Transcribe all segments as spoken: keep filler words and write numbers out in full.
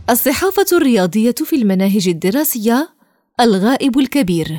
الصحافة الرياضية في المناهج الدراسية، الغائب الكبير.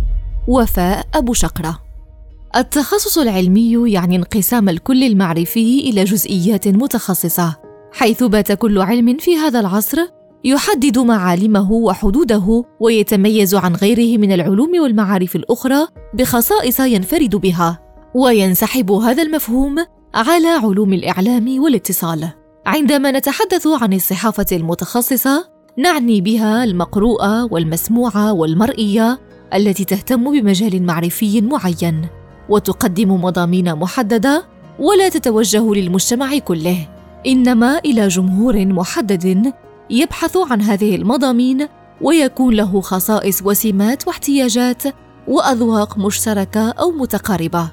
وفاء أبو شقرة. التخصص العلمي يعني انقسام الكل المعرفي إلى جزئيات متخصصة، حيث بات كل علم في هذا العصر يحدد معالمه وحدوده، ويتميز عن غيره من العلوم والمعارف الأخرى بخصائص ينفرد بها. وينسحب هذا المفهوم على علوم الإعلام والاتصال. عندما نتحدث عن الصحافة المتخصصة نعني بها المقروءة والمسموعة والمرئية التي تهتم بمجال معرفي معين وتقدم مضامين محددة، ولا تتوجه للمجتمع كله، إنما إلى جمهور محدد يبحث عن هذه المضامين ويكون له خصائص وسمات واحتياجات وأذواق مشتركة أو متقاربة.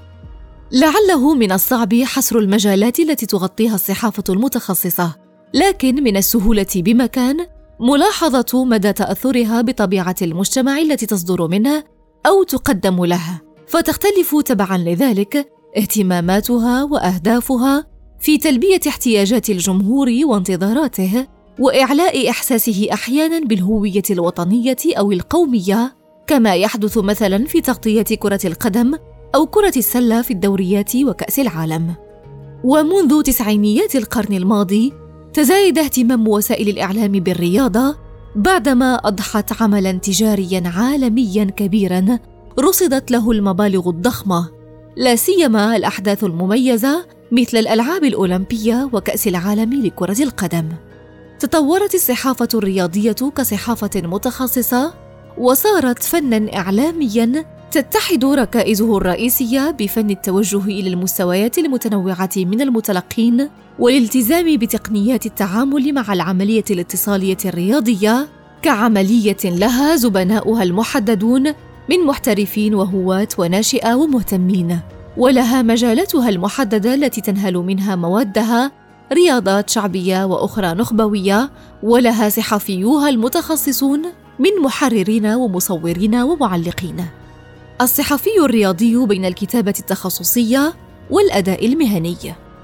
لعله من الصعب حصر المجالات التي تغطيها الصحافة المتخصصة، لكن من السهولة بمكان ملاحظة مدى تأثرها بطبيعة المجتمع التي تصدر منه أو تقدم له، فتختلف تبعاً لذلك اهتماماتها وأهدافها في تلبية احتياجات الجمهور وانتظاراته، وإعلاء إحساسه أحياناً بالهوية الوطنية أو القومية، كما يحدث مثلاً في تغطية كرة القدم أو كرة السلة في الدوريات وكأس العالم. ومنذ تسعينيات القرن الماضي تزايد اهتمام وسائل الإعلام بالرياضة، بعدما أضحت عملاً تجارياً عالمياً كبيراً رصدت له المبالغ الضخمة، لا سيما الأحداث المميزة مثل الألعاب الأولمبية وكأس العالم لكرة القدم. تطورت الصحافة الرياضية كصحافة متخصصة وصارت فناً إعلامياً تتحد ركائزه الرئيسية بفن التوجه إلى المستويات المتنوعة من المتلقين والالتزام بتقنيات التعامل مع العملية الاتصالية الرياضية كعملية لها زبناؤها المحددون من محترفين وهواة وناشئة ومهتمين، ولها مجالاتها المحددة التي تنهل منها موادها رياضات شعبية وأخرى نخبوية، ولها صحفيوها المتخصصون من محررين ومصورين ومعلقين. الصحفي الرياضي بين الكتابة التخصصية والأداء المهني.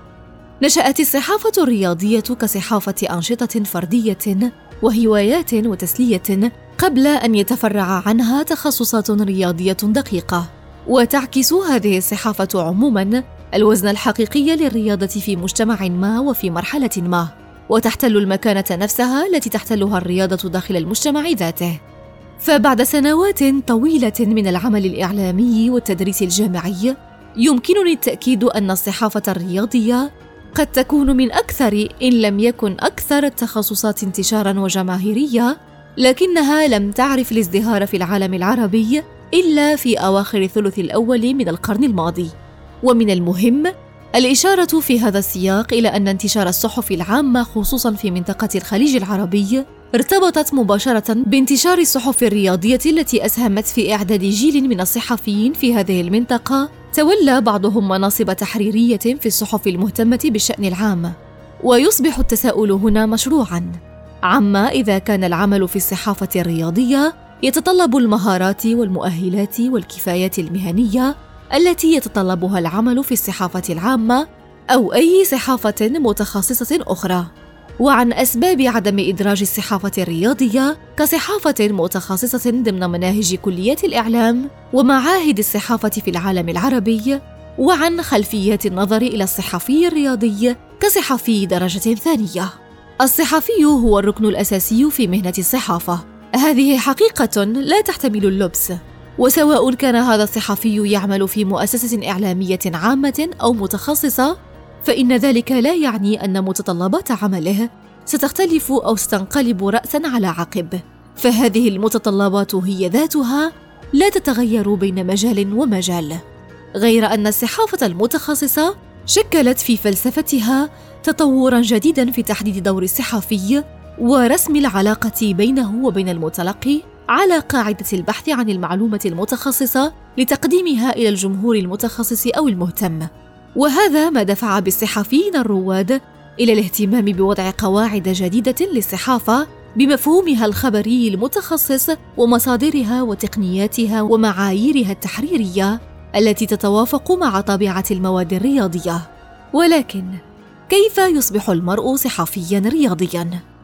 نشأت الصحافة الرياضية كصحافة أنشطة فردية وهوايات وتسلية قبل أن يتفرع عنها تخصصات رياضية دقيقة، وتعكس هذه الصحافة عموماً الوزن الحقيقي للرياضة في مجتمع ما وفي مرحلة ما، وتحتل المكانة نفسها التي تحتلها الرياضة داخل المجتمع ذاته. فبعد سنوات طويلة من العمل الإعلامي والتدريس الجامعي، يمكنني التأكيد أن الصحافة الرياضية قد تكون من أكثر إن لم يكن أكثر التخصصات انتشاراً وجماهيرية، لكنها لم تعرف الازدهار في العالم العربي إلا في أواخر الثلث الأول من القرن الماضي. ومن المهم الإشارة في هذا السياق إلى أن انتشار الصحف العامة خصوصاً في منطقة الخليج العربي ارتبطت مباشرة بانتشار الصحف الرياضية التي أسهمت في إعداد جيل من الصحفيين في هذه المنطقة، تولى بعضهم مناصب تحريرية في الصحف المهتمة بالشأن العام. ويصبح التساؤل هنا مشروعاً عما إذا كان العمل في الصحافة الرياضية يتطلب المهارات والمؤهلات والكفايات المهنية التي يتطلبها العمل في الصحافة العامة أو أي صحافة متخصصة أخرى، وعن أسباب عدم إدراج الصحافة الرياضية كصحافة متخصصة ضمن مناهج كليات الإعلام ومعاهد الصحافة في العالم العربي، وعن خلفيات النظر إلى الصحفي الرياضي كصحفي درجة ثانية. الصحفي هو الركن الأساسي في مهنة الصحافة، هذه حقيقة لا تحتمل اللبس، وسواء كان هذا الصحفي يعمل في مؤسسة إعلامية عامة أو متخصصة، فإن ذلك لا يعني أن متطلبات عمله ستختلف أو ستنقلب رأساً على عقب، فهذه المتطلبات هي ذاتها لا تتغير بين مجال ومجال، غير أن الصحافة المتخصصة شكلت في فلسفتها تطوراً جديداً في تحديد دور الصحفي ورسم العلاقة بينه وبين المتلقي على قاعدة البحث عن المعلومة المتخصصة لتقديمها إلى الجمهور المتخصص أو المهتم. وهذا ما دفع بالصحفيين الرواد إلى الاهتمام بوضع قواعد جديدة للصحافة بمفهومها الخبري المتخصص ومصادرها وتقنياتها ومعاييرها التحريرية التي تتوافق مع طبيعة المواد الرياضية. ولكن كيف يصبح المرء صحفياً رياضياً؟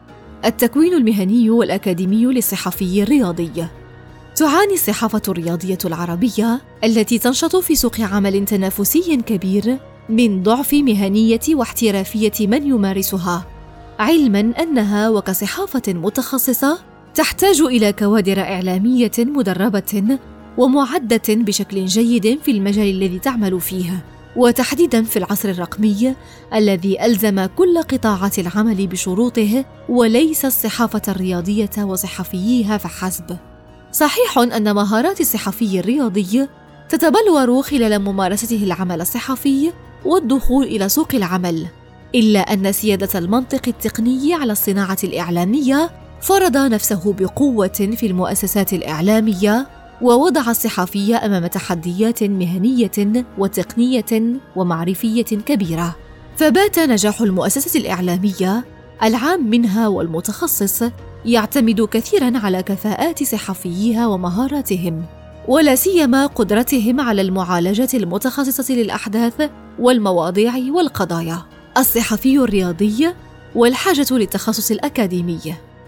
التكوين المهني والأكاديمي للصحفي الرياضي. تعاني الصحافة الرياضية العربية التي تنشط في سوق عمل تنافسي كبير من ضعف مهنية واحترافية من يمارسها، علماً أنها وكصحافة متخصصة تحتاج إلى كوادر إعلامية مدربة ومعدة بشكل جيد في المجال الذي تعمل فيه، وتحديداً في العصر الرقمي الذي ألزم كل قطاعات العمل بشروطه وليس الصحافة الرياضية وصحفييها فحسب. صحيح أن مهارات الصحفي الرياضي تتبلور خلال ممارسته العمل الصحفي والدخول إلى سوق العمل، إلا أن سيادة المنطق التقني على الصناعة الإعلامية فرض نفسه بقوة في المؤسسات الإعلامية، ووضع الصحفي أمام تحديات مهنية وتقنية ومعرفية كبيرة. فبات نجاح المؤسسة الإعلامية العام منها والمتخصص يعتمد كثيراً على كفاءات صحفييها ومهاراتهم، ولا سيما قدرتهم على المعالجة المتخصصة للأحداث والمواضيع والقضايا. الصحفي الرياضي والحاجة للتخصص الأكاديمي.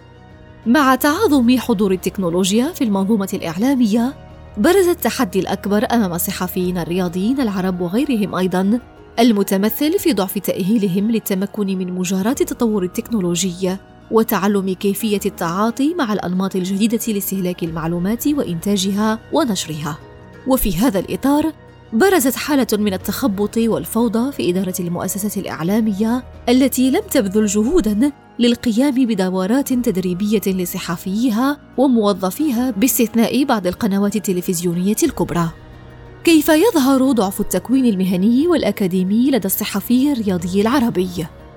مع تعاظم حضور التكنولوجيا في المنظومة الإعلامية، برز التحدي الأكبر أمام الصحفيين الرياضيين العرب وغيرهم أيضاً، المتمثل في ضعف تأهيلهم للتمكن من مجاراة التطور التكنولوجي وتعلم كيفية التعاطي مع الأنماط الجديدة لاستهلاك المعلومات وإنتاجها ونشرها. وفي هذا الإطار برزت حالة من التخبط والفوضى في إدارة المؤسسات الإعلامية التي لم تبذل جهوداً للقيام بدورات تدريبية لصحفيها وموظفيها باستثناء بعض القنوات التلفزيونية الكبرى. كيف يظهر ضعف التكوين المهني والأكاديمي لدى الصحفي الرياضي العربي؟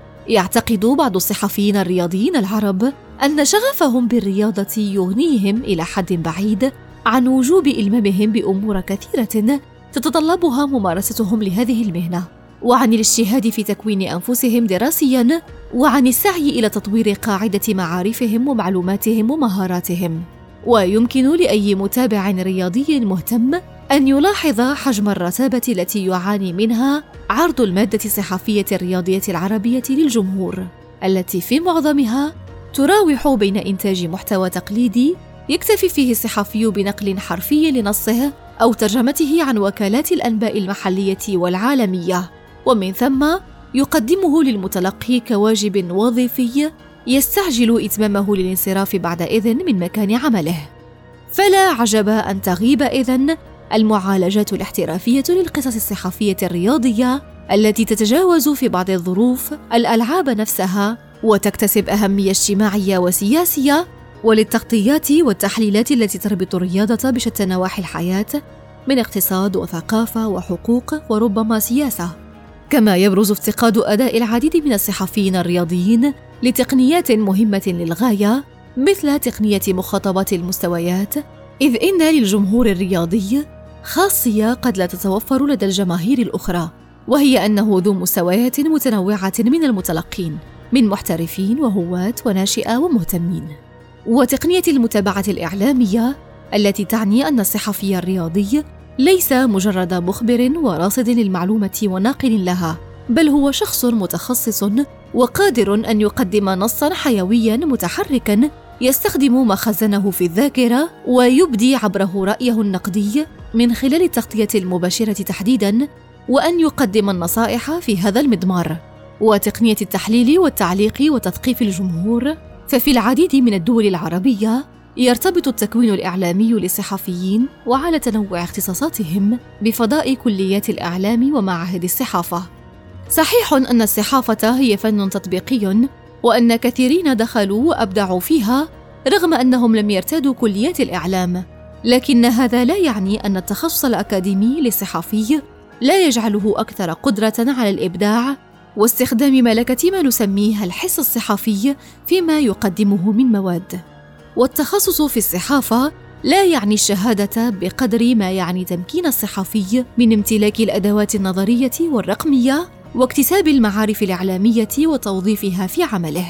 يعتقد بعض الصحفيين الرياضيين العرب أن شغفهم بالرياضة يغنيهم إلى حد بعيد عن وجوب إلمامهم بأمور كثيرة تتطلبها ممارستهم لهذه المهنة، وعن الاجتهاد في تكوين أنفسهم دراسياً، وعن السعي إلى تطوير قاعدة معارفهم ومعلوماتهم ومهاراتهم. ويمكن لأي متابع رياضي مهتم أن يلاحظ حجم الرتابة التي يعاني منها عرض المادة الصحفية الرياضية العربية للجمهور، التي في معظمها تراوح بين إنتاج محتوى تقليدي يكتفي فيه الصحفي بنقل حرفي لنصه أو ترجمته عن وكالات الأنباء المحلية والعالمية، ومن ثم يقدمه للمتلقي كواجب وظيفي يستعجل إتمامه للانصراف بعد إذن من مكان عمله. فلا عجب أن تغيب إذن المعالجات الاحترافية للقصص الصحفية الرياضية التي تتجاوز في بعض الظروف الألعاب نفسها وتكتسب أهمية اجتماعية وسياسية، وللتغطيات والتحليلات التي تربط الرياضة بشتى نواحي الحياة من اقتصاد وثقافة وحقوق وربما سياسة. كما يبرز افتقاد أداء العديد من الصحفيين الرياضيين لتقنيات مهمة للغاية مثل تقنية مخاطبات المستويات، إذ إن للجمهور الرياضي خاصية قد لا تتوفر لدى الجماهير الأخرى، وهي أنه ذو مستويات متنوعة من المتلقين من محترفين وهواة وناشئة ومهتمين. وتقنية المتابعة الإعلامية التي تعني أن الصحفي الرياضي ليس مجرد مخبر وراصد للمعلومة وناقل لها، بل هو شخص متخصص وقادر أن يقدم نصاً حيوياً متحركاً يستخدم ما خزنه في الذاكرة ويبدي عبره رأيه النقدي من خلال التغطية المباشرة تحديداً، وأن يقدم النصائح في هذا المضمار. وتقنية التحليل والتعليق وتثقيف الجمهور، ففي العديد من الدول العربية يرتبط التكوين الإعلامي للصحفيين وعلى تنوع اختصاصاتهم بفضاء كليات الإعلام ومعاهد الصحافة. صحيح أن الصحافة هي فن تطبيقي، وأن كثيرين دخلوا وأبدعوا فيها رغم أنهم لم يرتادوا كليات الإعلام، لكن هذا لا يعني أن التخصص الأكاديمي للصحفي لا يجعله أكثر قدرة على الإبداع واستخدام ملكة ما نسميه الحس الصحفي فيما يقدمه من مواد. والتخصص في الصحافة لا يعني الشهادة بقدر ما يعني تمكين الصحفي من امتلاك الأدوات النظرية والرقمية واكتساب المعارف الإعلامية وتوظيفها في عمله.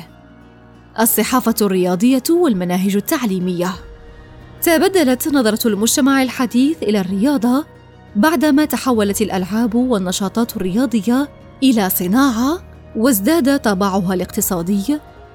الصحافة الرياضية والمناهج التعليمية. تبدلت نظرة المجتمع الحديث إلى الرياضة بعدما تحولت الألعاب والنشاطات الرياضية إلى صناعة، وازداد طابعها الاقتصادي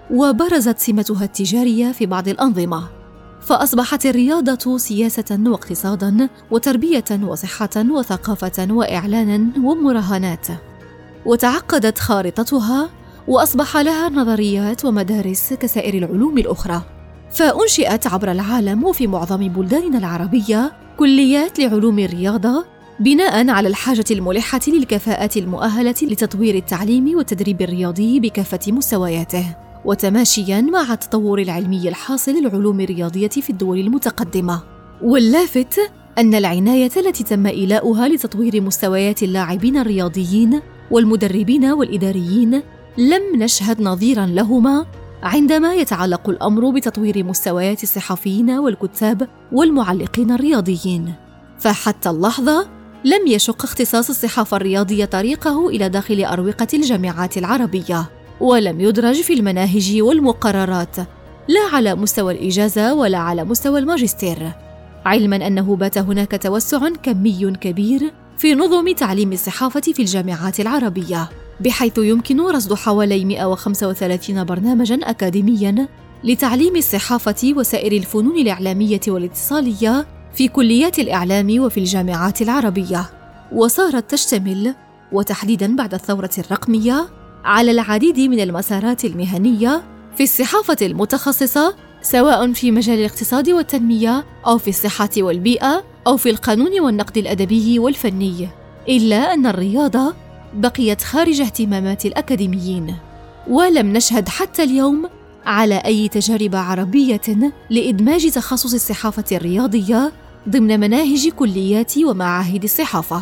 وبرزت سمتها التجارية في بعض الأنظمة، فأصبحت الرياضة سياسة واقتصاداً وتربية وصحة وثقافة وإعلانا ومراهنات، وتعقدت خارطتها وأصبح لها نظريات ومدارس كسائر العلوم الأخرى، فأنشئت عبر العالم وفي معظم بلداننا العربية كليات لعلوم الرياضة بناء على الحاجة الملحة للكفاءات المؤهلة لتطوير التعليم والتدريب الرياضي بكافة مستوياته، وتماشياً مع التطور العلمي الحاصل للعلوم الرياضية في الدول المتقدمة. واللافت أن العناية التي تم إيلاؤها لتطوير مستويات اللاعبين الرياضيين والمدربين والإداريين لم نشهد نظيراً لهما عندما يتعلق الأمر بتطوير مستويات الصحفيين والكتاب والمعلقين الرياضيين، فحتى اللحظة لم يشق اختصاص الصحافة الرياضية طريقه إلى داخل أروقة الجامعات العربية، ولم يدرج في المناهج والمقررات لا على مستوى الإجازة ولا على مستوى الماجستير، علماً أنه بات هناك توسع كمي كبير في نظم تعليم الصحافة في الجامعات العربية، بحيث يمكن رصد حوالي مئة وخمسة وثلاثين برنامجاً أكاديمياً لتعليم الصحافة وسائر الفنون الإعلامية والاتصالية في كليات الإعلام وفي الجامعات العربية، وصارت تشتمل وتحديداً بعد الثورة الرقمية على العديد من المسارات المهنية في الصحافة المتخصصة، سواء في مجال الاقتصاد والتنمية أو في الصحة والبيئة أو في القانون والنقد الأدبي والفني، إلا أن الرياضة بقيت خارج اهتمامات الأكاديميين، ولم نشهد حتى اليوم على أي تجارب عربية لإدماج تخصص الصحافة الرياضية ضمن مناهج كليات ومعاهد الصحافة.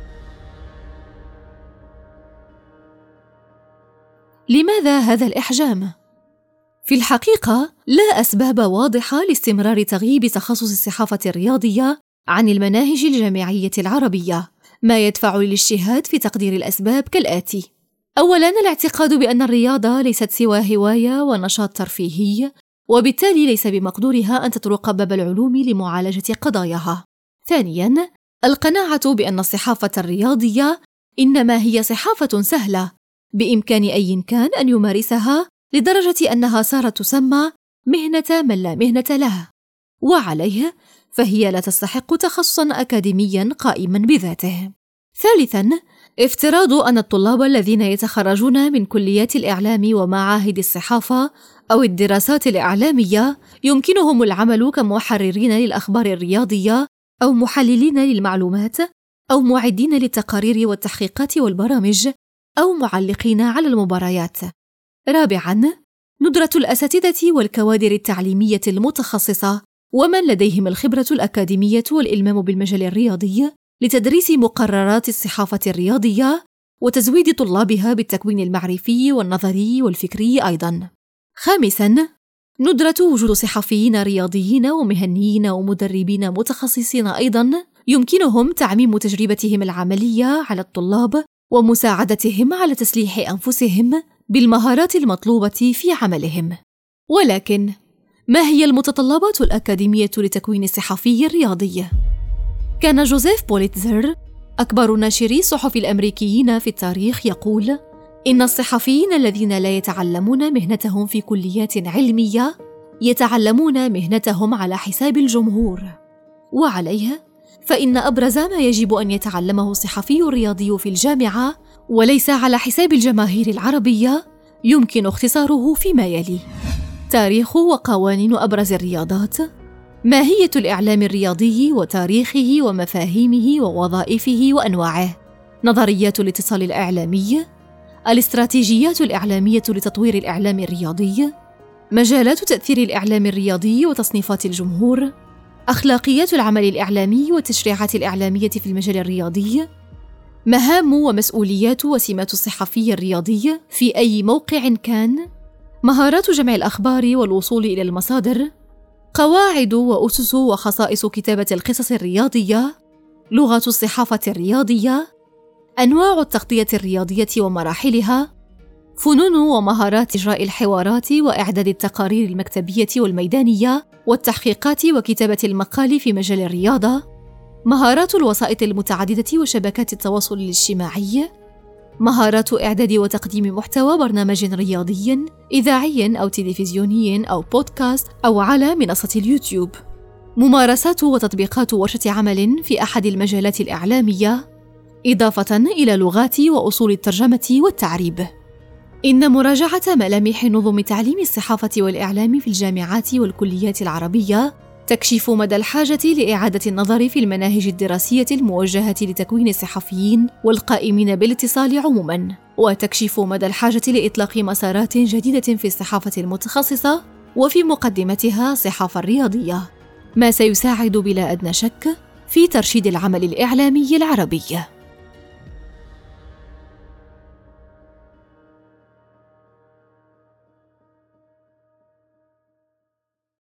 لماذا هذا الإحجام؟ في الحقيقة لا أسباب واضحة لاستمرار تغييب تخصص الصحافة الرياضية عن المناهج الجامعية العربية، ما يدفع للاجتهاد في تقدير الأسباب كالآتي: أولاً، الاعتقاد بأن الرياضة ليست سوى هواية ونشاط ترفيهي، وبالتالي ليس بمقدورها أن تطرق باب العلوم لمعالجة قضاياها. ثانياً، القناعة بأن الصحافة الرياضية إنما هي صحافة سهلة بإمكان أي كان أن يمارسها، لدرجة أنها صارت تسمى مهنة من لا مهنة له، وعليه فهي لا تستحق تخصصاً أكاديمياً قائماً بذاته. ثالثاً، افتراض أن الطلاب الذين يتخرجون من كليات الإعلام ومعاهد الصحافة أو الدراسات الإعلامية يمكنهم العمل كمحررين للأخبار الرياضية أو محللين للمعلومات أو معدين للتقارير والتحقيقات والبرامج أو معلقين على المباريات. رابعاً، ندرة الأساتذة والكوادر التعليمية المتخصصة ومن لديهم الخبرة الأكاديمية والإلمام بالمجال الرياضي لتدريس مقررات الصحافة الرياضية وتزويد طلابها بالتكوين المعرفي والنظري والفكري أيضاً. خامساً، ندرة وجود صحفيين رياضيين ومهنيين ومدربين متخصصين أيضاً يمكنهم تعميم تجربتهم العملية على الطلاب ومساعدتهم على تسليح أنفسهم بالمهارات المطلوبة في عملهم. ولكن ما هي المتطلبات الأكاديمية لتكوين الصحفي الرياضي؟ كان جوزيف بوليتزر أكبر ناشري الصحف الأمريكيين في التاريخ يقول إن الصحفيين الذين لا يتعلمون مهنتهم في كليات علمية يتعلمون مهنتهم على حساب الجمهور، وعليه فإن أبرز ما يجب أن يتعلمه الصحفي الرياضي في الجامعة وليس على حساب الجماهير العربية يمكن اختصاره فيما يلي: تاريخ وقوانين أبرز الرياضات، ماهية الإعلام الرياضي وتاريخه ومفاهيمه ووظائفه وأنواعه، نظريات الاتصال الإعلامي، الاستراتيجيات الإعلامية لتطوير الإعلام الرياضي، مجالات تأثير الإعلام الرياضي وتصنيفات الجمهور، أخلاقيات العمل الإعلامي والتشريعات الإعلامية في المجال الرياضي، مهام ومسؤوليات وسمات الصحفي الرياضي في أي موقع كان، مهارات جمع الأخبار والوصول إلى المصادر، قواعد وأسس وخصائص كتابة القصص الرياضية، لغة الصحافة الرياضية، أنواع التغطية الرياضية ومراحلها، فنون ومهارات إجراء الحوارات وإعداد التقارير المكتبية والميدانية والتحقيقات وكتابة المقال في مجال الرياضة، مهارات الوسائط المتعددة وشبكات التواصل الاجتماعي، مهارات إعداد وتقديم محتوى برنامج رياضي، إذاعي أو تلفزيوني أو بودكاست أو على منصة اليوتيوب. ممارسات وتطبيقات ورشة عمل في أحد المجالات الإعلامية، إضافة إلى لغات وأصول الترجمة والتعريب. إن مراجعة ملامح نظم تعليم الصحافة والإعلام في الجامعات والكليات العربية تكشف مدى الحاجة لإعادة النظر في المناهج الدراسية الموجهة لتكوين الصحفيين والقائمين بالاتصال عموماً، وتكشف مدى الحاجة لإطلاق مسارات جديدة في الصحافة المتخصصة وفي مقدمتها الصحافة الرياضية، ما سيساعد بلا أدنى شك في ترشيد العمل الإعلامي العربي.